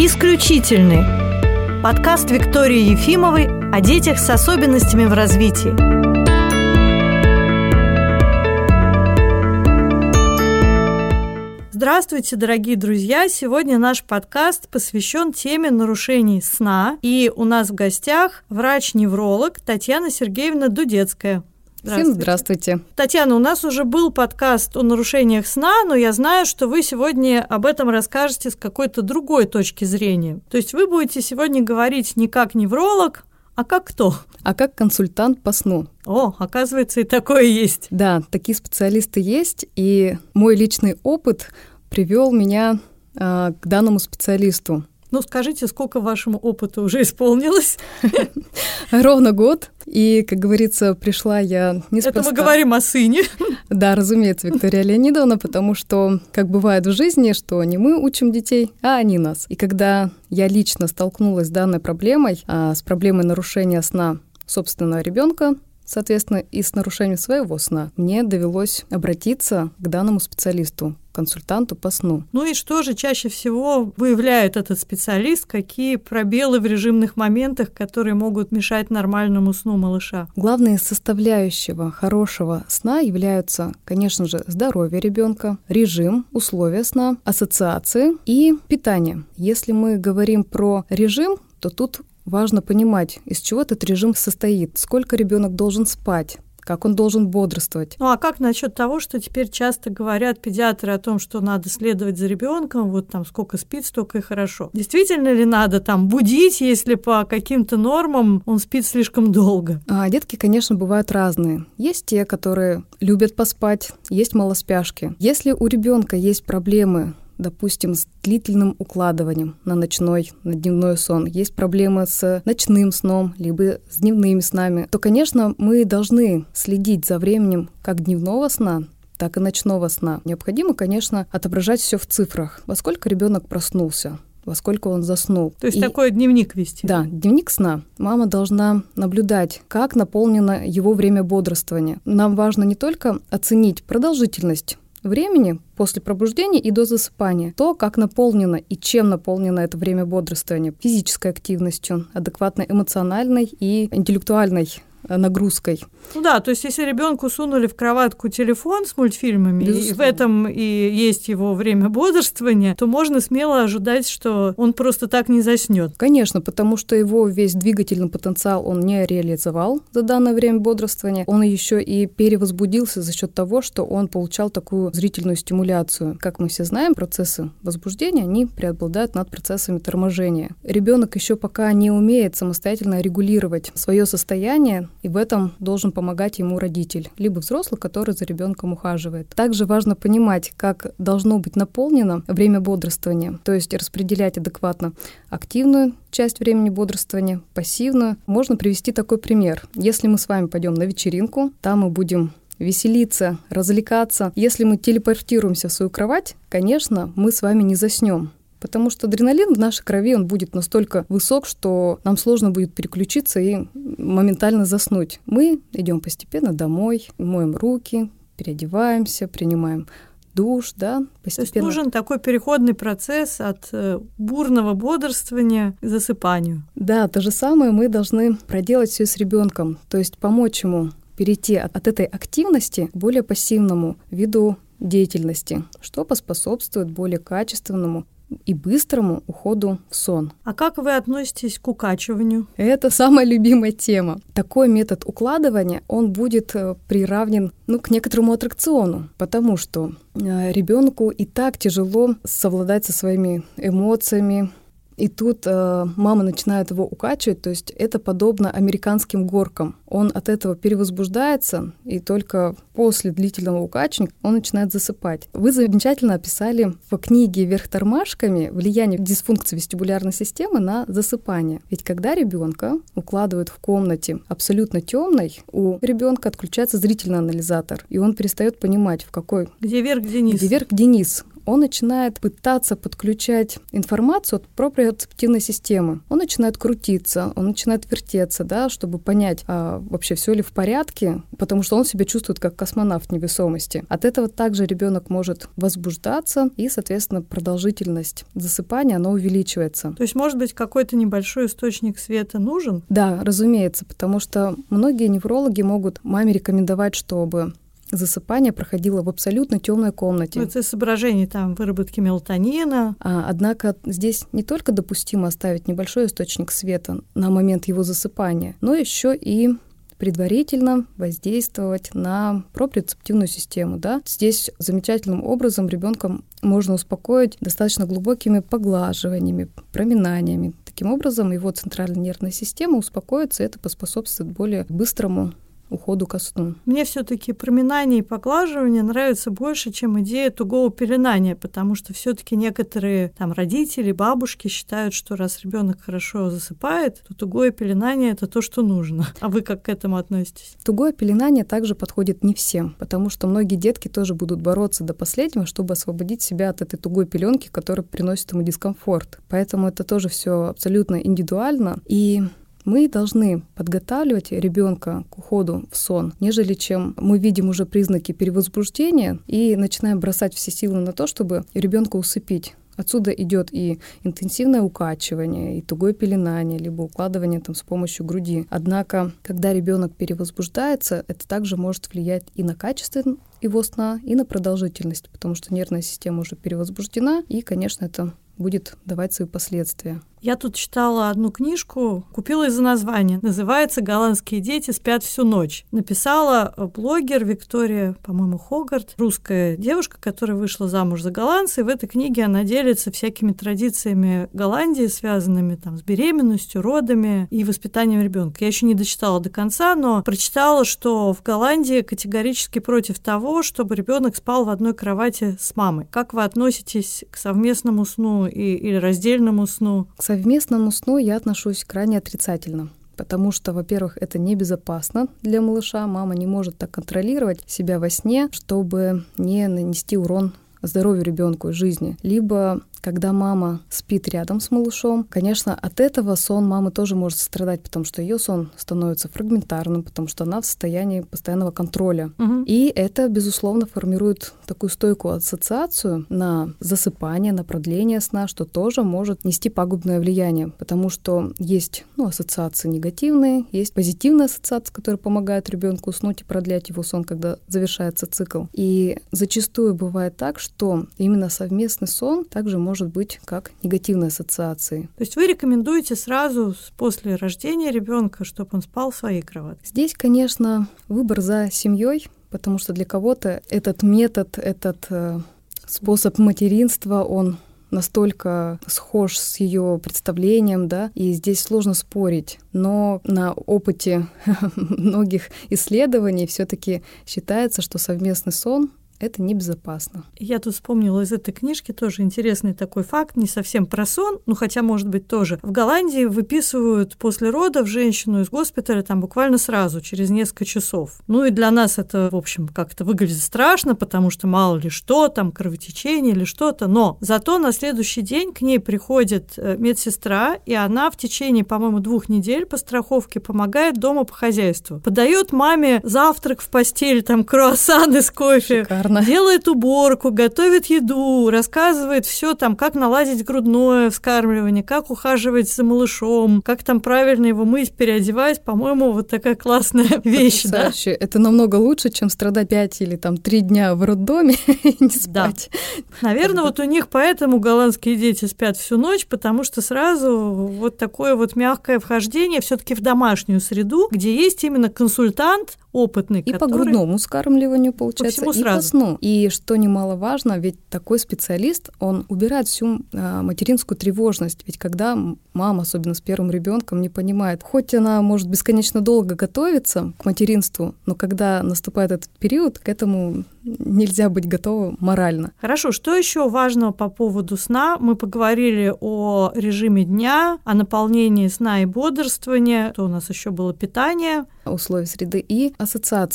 Исключительный. Подкаст Виктории Ефимовой о детях с особенностями в развитии. Здравствуйте, дорогие друзья! Сегодня наш подкаст посвящен теме нарушений сна. И у нас в гостях врач-невролог Татьяна Сергеевна Дудецкая. Всем здравствуйте. Татьяна, у нас уже был подкаст о нарушениях сна, но я знаю, что вы сегодня об этом расскажете с какой-то другой точки зрения. То есть вы будете сегодня говорить не как невролог, а как кто? А как консультант по сну. О, оказывается, и такое есть. Да, такие специалисты есть, и мой личный опыт привел меня к данному специалисту. Ну, скажите, сколько вашему опыту уже исполнилось? Ровно год. И, как говорится, пришла я неспроста. Это мы говорим о сыне. Да, разумеется, Виктория Леонидовна, потому что, как бывает в жизни, что не мы учим детей, а они нас. И когда я лично столкнулась с данной проблемой, с проблемой нарушения сна собственного ребенка, соответственно, и с нарушением своего сна, мне довелось обратиться к данному специалисту, консультанту по сну. Ну и что же чаще всего выявляет этот специалист? Какие пробелы в режимных моментах, которые могут мешать нормальному сну малыша? Главные составляющие хорошего сна являются, конечно же, здоровье ребенка, режим, условия сна, ассоциации и питание. Если мы говорим про режим, то тут важно понимать, из чего этот режим состоит, сколько ребенок должен спать, как он должен бодрствовать. Ну а как насчет того, что теперь часто говорят педиатры о том, что надо следовать за ребенком, вот там сколько спит, столько и хорошо. Действительно ли надо там будить, если по каким-то нормам он спит слишком долго? Детки, конечно, бывают разные. Есть те, которые любят поспать, есть малоспяшки. Если у ребенка есть проблемы, допустим, с длительным укладыванием на ночной, на дневной сон, есть проблемы с ночным сном, либо с дневными снами, то, конечно, мы должны следить за временем как дневного сна, так и ночного сна. Необходимо, конечно, отображать все в цифрах. Во сколько ребенок проснулся, во сколько он заснул. То есть такой дневник вести? Да, дневник сна. Мама должна наблюдать, как наполнено его время бодрствования. Нам важно не только оценить продолжительность времени после пробуждения и до засыпания, то, как наполнено и чем наполнено это время бодрствования: физической активностью, адекватной эмоциональной и интеллектуальной нагрузкой. Ну да, то есть если ребенку сунули в кроватку телефон с мультфильмами, и в этом и есть его время бодрствования, то можно смело ожидать, что он просто так не заснет. Конечно, потому что его весь двигательный потенциал он не реализовал за данное время бодрствования, он еще и перевозбудился за счет того, что он получал такую зрительную стимуляцию. Как мы все знаем, процессы возбуждения, они преобладают над процессами торможения. Ребенок еще пока не умеет самостоятельно регулировать свое состояние, и в этом должен помогать ему родитель, либо взрослый, который за ребенком ухаживает. Также важно понимать, как должно быть наполнено время бодрствования, то есть распределять адекватно активную часть времени бодрствования, пассивную. Можно привести такой пример. Если мы с вами пойдем на вечеринку, там мы будем веселиться, развлекаться. Если мы телепортируемся в свою кровать, конечно, мы с вами не заснем. Потому что адреналин в нашей крови, он будет настолько высок, что нам сложно будет переключиться и моментально заснуть. Мы идем постепенно домой, моем руки, переодеваемся, принимаем душ, да, постепенно. То есть нужен такой переходный процесс от бурного бодрствования к засыпанию. Да, то же самое мы должны проделать все с ребенком, то есть помочь ему перейти от этой активности к более пассивному виду деятельности, что поспособствует более качественному и быстрому уходу в сон. А как вы относитесь к укачиванию? Это самая любимая тема. Такой метод укладывания, он будет приравнен, к некоторому аттракциону, потому что ребенку и так тяжело совладать со своими эмоциями. И тут мама начинает его укачивать, то есть это подобно американским горкам. Он от этого перевозбуждается, и только после длительного укачивания он начинает засыпать. Вы замечательно описали в книге «Вверх тормашками» влияние дисфункции вестибулярной системы на засыпание. Ведь когда ребенка укладывают в комнате абсолютно темной, у ребенка отключается зрительный анализатор, и он перестает понимать, в какой... Где вверх, где низ. Где вверх, где низ. он начинает пытаться подключать информацию от проприоцептивной системы. Он начинает крутиться, он начинает вертеться, да, чтобы понять, вообще все ли в порядке, потому что он себя чувствует как космонавт невесомости. От этого также ребенок может возбуждаться, и, соответственно, продолжительность засыпания, она увеличивается. То есть, может быть, какой-то небольшой источник света нужен? Да, разумеется, потому что многие неврологи могут маме рекомендовать, чтобы засыпание проходило в абсолютно темной комнате. Это соображение там выработки мелатонина. Однако здесь не только допустимо оставить небольшой источник света на момент его засыпания, но еще и предварительно воздействовать на проприоцептивную систему. Да? Здесь замечательным образом ребенка можно успокоить достаточно глубокими поглаживаниями, проминаниями. Таким образом, его центральная нервная система успокоится, и это поспособствует более быстрому уходу ко сну. Мне все-таки проминание и поглаживание нравится больше, чем идея тугого пеленания, потому что все-таки некоторые там родители, бабушки считают, что раз ребенок хорошо засыпает, то тугое пеленание — это то, что нужно. А вы как к этому относитесь? Тугое пеленание также подходит не всем, потому что многие детки тоже будут бороться до последнего, чтобы освободить себя от этой тугой пеленки, которая приносит ему дискомфорт. Поэтому это тоже все абсолютно индивидуально. И мы должны подготавливать ребенка к уходу в сон, нежели чем мы видим уже признаки перевозбуждения и начинаем бросать все силы на то, чтобы ребенка усыпить. Отсюда идет и интенсивное укачивание, и тугое пеленание, либо укладывание с помощью груди. Однако, когда ребенок перевозбуждается, это также может влиять и на качество его сна, и на продолжительность, потому что нервная система уже перевозбуждена, и, конечно, это будет давать свои последствия. Я тут читала одну книжку, купила из-за названия. Называется «Голландские дети спят всю ночь». Написала блогер Виктория, по-моему, Хогарт, русская девушка, которая вышла замуж за голландца. И в этой книге она делится всякими традициями Голландии, связанными с беременностью, родами и воспитанием ребенка. Я еще не дочитала до конца, но прочитала, что в Голландии категорически против того, чтобы ребенок спал в одной кровати с мамой. Как вы относитесь к совместному сну или раздельному сну? К совместному сну я отношусь крайне отрицательно, потому что, во-первых, это небезопасно для малыша. Мама не может так контролировать себя во сне, чтобы не нанести урон здоровью ребенку и жизни. Либо когда мама спит рядом с малышом, конечно, от этого сон мамы тоже может страдать, потому что ее сон становится фрагментарным, потому что она в состоянии постоянного контроля. И это, безусловно, формирует такую стойкую ассоциацию на засыпание, на продление сна, что тоже может нести пагубное влияние, потому что есть ассоциации негативные, есть позитивные ассоциации, которые помогают ребенку уснуть и продлять его сон, когда завершается цикл. И зачастую бывает так, что именно совместный сон также может быть как негативной ассоциацией. То есть вы рекомендуете сразу после рождения ребенка, чтобы он спал в своей кроватке? Здесь, конечно, выбор за семьей, потому что для кого-то этот метод, этот способ материнства, он настолько схож с ее представлением, да, и здесь сложно спорить. Но на опыте многих исследований все-таки считается, что совместный сон это небезопасно. Я тут вспомнила из этой книжки тоже интересный такой факт, не совсем про сон, хотя, может быть, тоже. В Голландии выписывают после родов женщину из госпиталя буквально сразу, через несколько часов. И для нас это, в общем, как-то выглядит страшно, потому что мало ли что, кровотечение или что-то, но зато на следующий день к ней приходит медсестра, и она в течение, по-моему, 2 недель по страховке помогает дома по хозяйству. Подает маме завтрак в постель, круассаны с кофе. Шикарно. Делает уборку, готовит еду, рассказывает все как наладить грудное вскармливание, как ухаживать за малышом, как правильно его мыть, переодевать. По-моему, вот такая классная вещь. Да? Это намного лучше, чем страдать 5 или 3 дня в роддоме и не спать. Да. Наверное, вот у них поэтому голландские дети спят всю ночь, потому что сразу вот такое вот мягкое вхождение все-таки в домашнюю среду, где есть именно консультант опытный, и по грудному вскармливанию, получается, и по сну. И что немаловажно, ведь такой специалист, он убирает всю материнскую тревожность. Ведь когда мама, особенно с первым ребенком, не понимает, хоть она может бесконечно долго готовиться к материнству, но когда наступает этот период, к этому нельзя быть готовым морально. Хорошо, что еще важного по поводу сна? Мы поговорили о режиме дня, о наполнении сна и бодрствования. Что у нас еще было? Питание. Условия среды и ассоциации.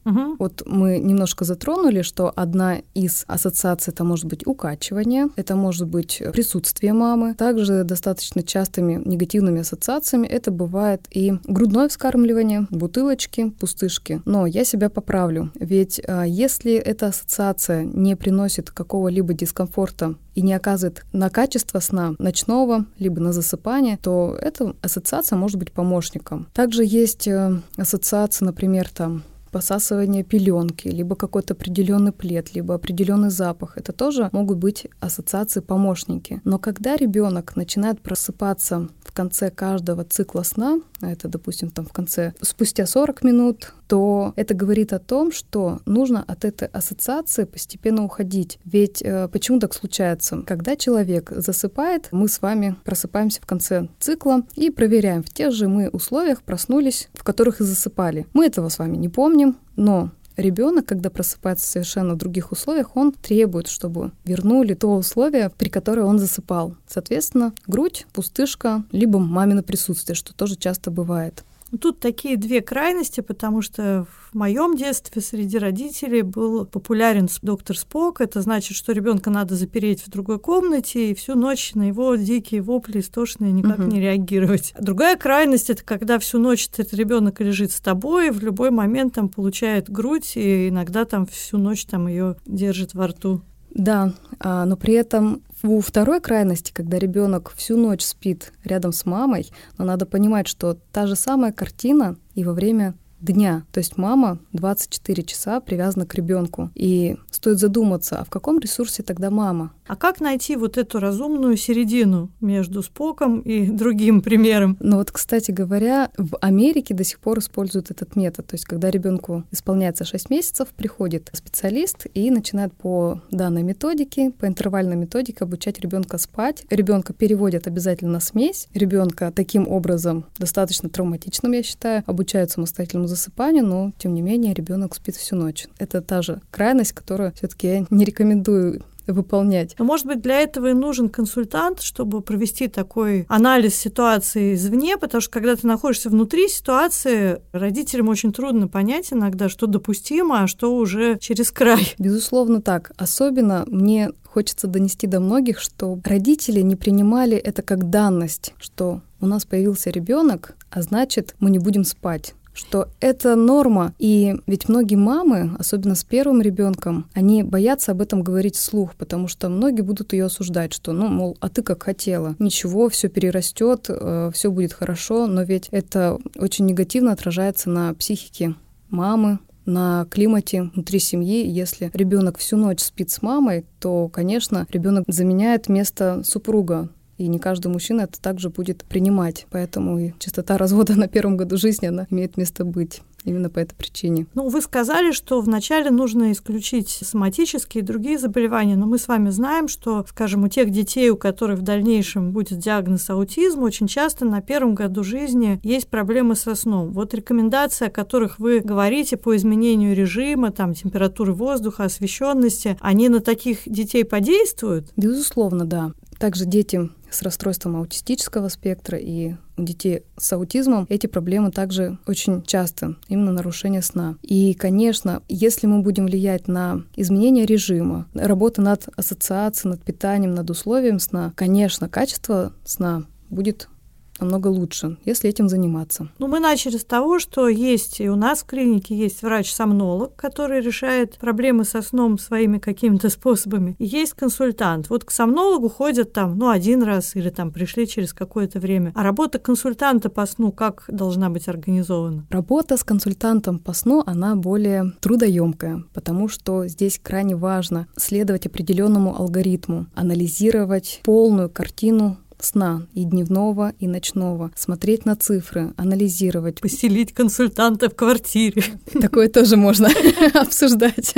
Вот мы немножко затронули, что одна из ассоциаций — это может быть укачивание, это может быть присутствие мамы. Также достаточно частыми негативными ассоциациями это бывает и грудное вскармливание, бутылочки, пустышки. Но я себя поправлю, ведь если эта ассоциация не приносит какого-либо дискомфорта и не оказывает на качество сна ночного, либо на засыпание, то эта ассоциация может быть помощником. Также есть ассоциация, например, посасывание пеленки, либо какой-то определенный плед, либо определенный запах. Это тоже могут быть ассоциации-помощники. Но когда ребенок начинает просыпаться в конце каждого цикла сна, а это, допустим, в конце, спустя 40 минут, то это говорит о том, что нужно от этой ассоциации постепенно уходить. Ведь почему так случается? Когда человек засыпает, мы с вами просыпаемся в конце цикла и проверяем, в тех же мы условиях проснулись, в которых и засыпали. Мы этого с вами не помним, но ребенок, когда просыпается в совершенно других условиях, он требует, чтобы вернули то условие, при котором он засыпал. Соответственно, грудь, пустышка, либо мамино присутствие, что тоже часто бывает. Тут такие две крайности, потому что в моем детстве среди родителей был популярен доктор Спок. Это значит, что ребенка надо запереть в другой комнате и всю ночь на его дикие вопли истошные никак не реагировать. Другая крайность — это когда всю ночь этот ребенок лежит с тобой, в любой момент получает грудь, и иногда всю ночь ее держит во рту. Да, но при этом у второй крайности, когда ребенок всю ночь спит рядом с мамой, но надо понимать, что та же самая картина и во время дня. То есть мама 24 часа привязана к ребенку. И стоит задуматься, а в каком ресурсе тогда мама? А как найти эту разумную середину между Споком и другим примером? Ну кстати говоря, в Америке до сих пор используют этот метод. То есть когда ребенку исполняется 6 месяцев, приходит специалист и начинает по данной методике, по интервальной методике обучать ребенка спать. Ребенка переводят обязательно на смесь. Ребенка таким образом, достаточно травматичным, я считаю, обучают самостоятельному засыпанию, но тем не менее ребенок спит всю ночь. Это та же крайность, которую все-таки я не рекомендую выполнять. Но, может быть, для этого и нужен консультант, чтобы провести такой анализ ситуации извне, потому что, когда ты находишься внутри ситуации, родителям очень трудно понять иногда, что допустимо, а что уже через край. Безусловно, так. Особенно мне хочется донести до многих, что родители не принимали это как данность, что у нас появился ребенок, а значит, мы не будем спать. Что это норма, и ведь многие мамы, особенно с первым ребенком, они боятся об этом говорить вслух, потому что многие будут ее осуждать, что, мол, а ты как хотела, ничего, все перерастет, все будет хорошо, но ведь это очень негативно отражается на психике мамы, на климате внутри семьи. Если ребенок всю ночь спит с мамой, то, конечно, ребенок заменяет место супруга. И не каждый мужчина это также будет принимать. Поэтому и частота развода на первом году жизни, она имеет место быть. Именно по этой причине. Вы сказали, что вначале нужно исключить соматические и другие заболевания, но мы с вами знаем, что, скажем, у тех детей, у которых в дальнейшем будет диагноз аутизм, очень часто на первом году жизни есть проблемы со сном. Рекомендации, о которых вы говорите по изменению режима, температуры воздуха, освещенности, они на таких детей подействуют? Безусловно, да. Также дети с расстройством аутистического спектра и у детей с аутизмом эти проблемы также очень часто, именно нарушение сна. И, конечно, если мы будем влиять на изменение режима, работа над ассоциацией, над питанием, над условием сна, конечно, качество сна будет намного лучше, если этим заниматься. Мы начали с того, что есть и у нас в клинике есть врач-сомнолог, который решает проблемы со сном своими какими-то способами. И есть консультант. К сомнологу ходят один раз или пришли через какое-то время. А работа консультанта по сну как должна быть организована? Работа с консультантом по сну, она более трудоемкая, потому что здесь крайне важно следовать определенному алгоритму, анализировать полную картину сна и дневного, и ночного, смотреть на цифры, анализировать. Поселить консультанта в квартире. Такое тоже можно обсуждать.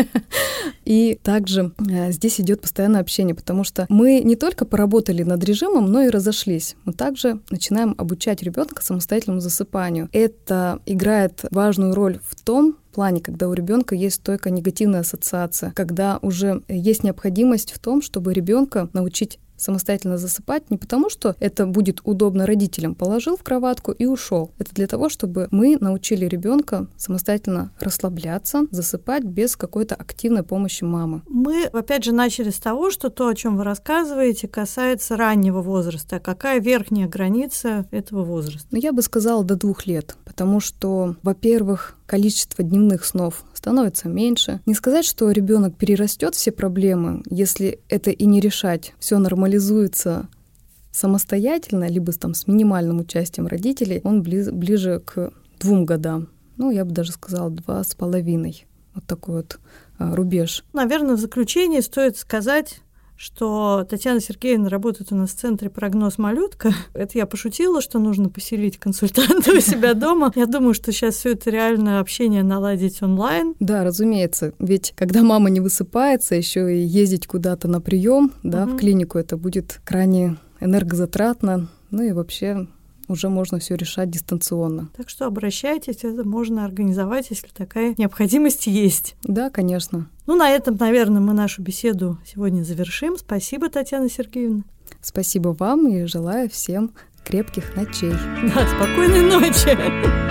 И также здесь идет постоянное общение, потому что мы не только поработали над режимом, но и разошлись. Мы также начинаем обучать ребенка самостоятельному засыпанию. Это играет важную роль в том плане, когда у ребенка есть стойкая негативная ассоциация, когда уже есть необходимость в том, чтобы ребенка научить самостоятельно засыпать не потому, что это будет удобно родителям. Положил в кроватку и ушел. Это для того, чтобы мы научили ребенка самостоятельно расслабляться, засыпать без какой-то активной помощи мамы. Мы, опять же, начали с того, что то, о чем вы рассказываете, касается раннего возраста. Какая верхняя граница этого возраста? Я бы сказала, до 2 лет, потому что, во-первых, количество дневных снов становится меньше. Не сказать, что ребенок перерастет все проблемы, если это и не решать, все нормализуется самостоятельно, либо там с минимальным участием родителей, он ближе к 2 годам. Я бы даже сказала 2,5. Вот такой вот рубеж. Наверное, в заключение стоит сказать, что Татьяна Сергеевна работает у нас в центре «Прогноз малютка». Это я пошутила, что нужно поселить консультанта у себя дома. Я думаю, что сейчас все это реально общение наладить онлайн. Да, разумеется. Ведь когда мама не высыпается, еще и ездить куда-то на прием, в клинику, это будет крайне энергозатратно. И вообще уже можно все решать дистанционно. Так что обращайтесь, это можно организовать, если такая необходимость есть. Да, конечно. На этом, наверное, мы нашу беседу сегодня завершим. Спасибо, Татьяна Сергеевна. Спасибо вам и желаю всем крепких ночей. Да, спокойной ночи.